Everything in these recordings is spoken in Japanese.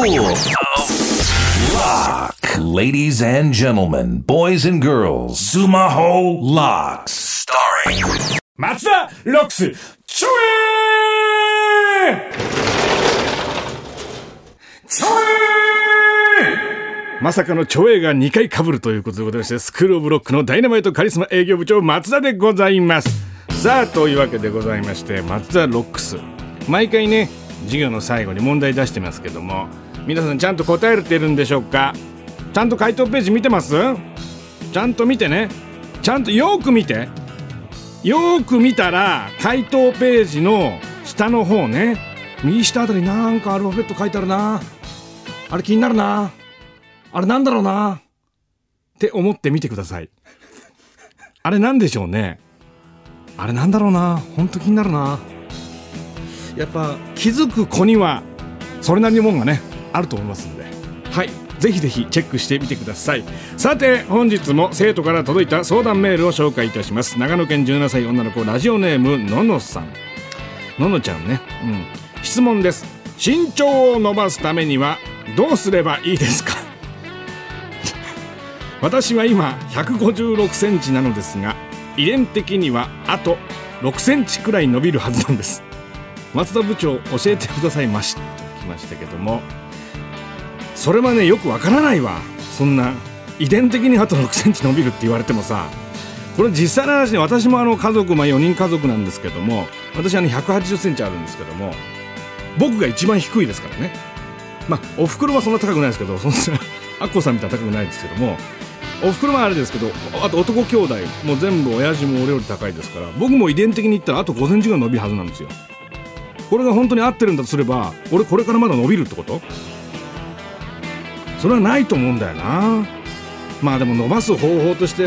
Lock. Ladies and gentlemen, boys and girls, Sumaho Locks. Starring 松田ロックスちょまさかのチョエが2回被るということでございまして、スクールオブロックのダイナマイトカリスマ営業部長松田でございます。さあというわけでございまして、松田ロックス毎回ね授業の最後に問題出してますけども、皆さんちゃんと答えてるんでしょうか。ちゃんと回答ページ見てます？ちゃんと見てね。ちゃんとよく見て。よく見たら回答ページの下の方ね、右下あたりなんかアルファベット書いてあるな。あれ気になるな。あれなんだろうなって思って見てください。あれなんでしょうね。あれなんだろうな。ほんと気になるな。やっぱ気づく子にはそれなりのもんがねあると思いますんで、はい、ぜひぜひチェックしてみてください。さて本日も生徒から届いた相談メールを紹介いたします。長野県17歳女の子ラジオネームののさん、ののちゃんね、質問です。身長を伸ばすためにはどうすればいいですか？私は今156センチなのですが、遺伝的にはあと6センチくらい伸びるはずなんです。松田部長教えてくださいましときましたけども、それはねよくわからないわ。そんな遺伝的にあと6センチ伸びるって言われてもさ、これ実際の話ね、私も家族、4人家族なんですけども、私は180センチあるんですけども、僕が一番低いですからね。おふくろはそんな高くないですけど、そんなアッコさんみたいな高くないですけども、おふくろはあれですけど、あと男兄弟もう全部親父も俺より高いですから、僕も遺伝的に言ったらあと5センチぐらい伸びるはずなんですよ。これが本当に合ってるんだとすれば、俺これからまだ伸びるってこと？それはないと思うんだよな。でも伸ばす方法としてい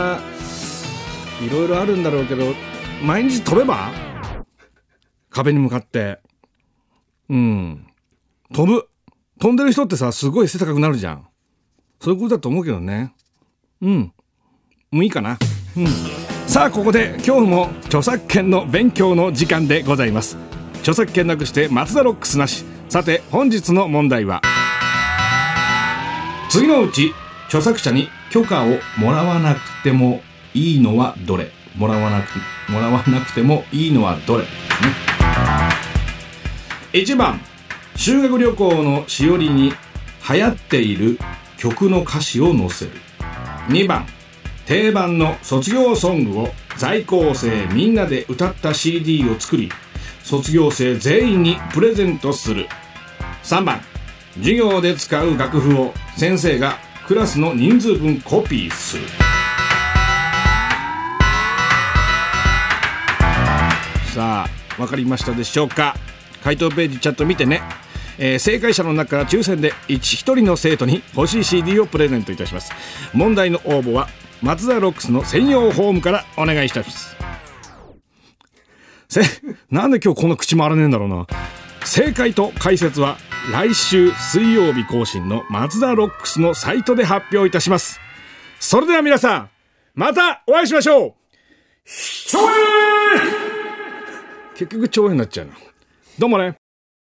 ろいろあるんだろうけど、毎日飛べば壁に向かって飛んでる人ってさ、すごい背高くなるじゃん。そういうことだと思うけどね。もういいかな。さあここで今日も著作権の勉強の時間でございます。著作権なくして松田ロックスなし。さて本日の問題は、次のうち著作者に許可をもらわなくてもいいのはどれ？もらわなくてもいいのはどれ？1番、修学旅行のしおりに流行っている曲の歌詞を載せる。2番、定番の卒業ソングを在校生みんなで歌った CD を作り、卒業生全員にプレゼントする。3番、授業で使う楽譜を先生がクラスの人数分コピーする。さあわかりましたでしょうか。回答ページちゃんと見てね。正解者の中から抽選で1人の生徒に欲しい CD をプレゼントいたします。問題の応募は松田ロックスの専用ホームからお願いしたします。なんで今日こんな口回らねえんだろうな。正解と解説は来週水曜日更新の松田ロックスのサイトで発表いたします。それでは皆さんまたお会いしましょう。結局長編になっちゃうな。どうもね。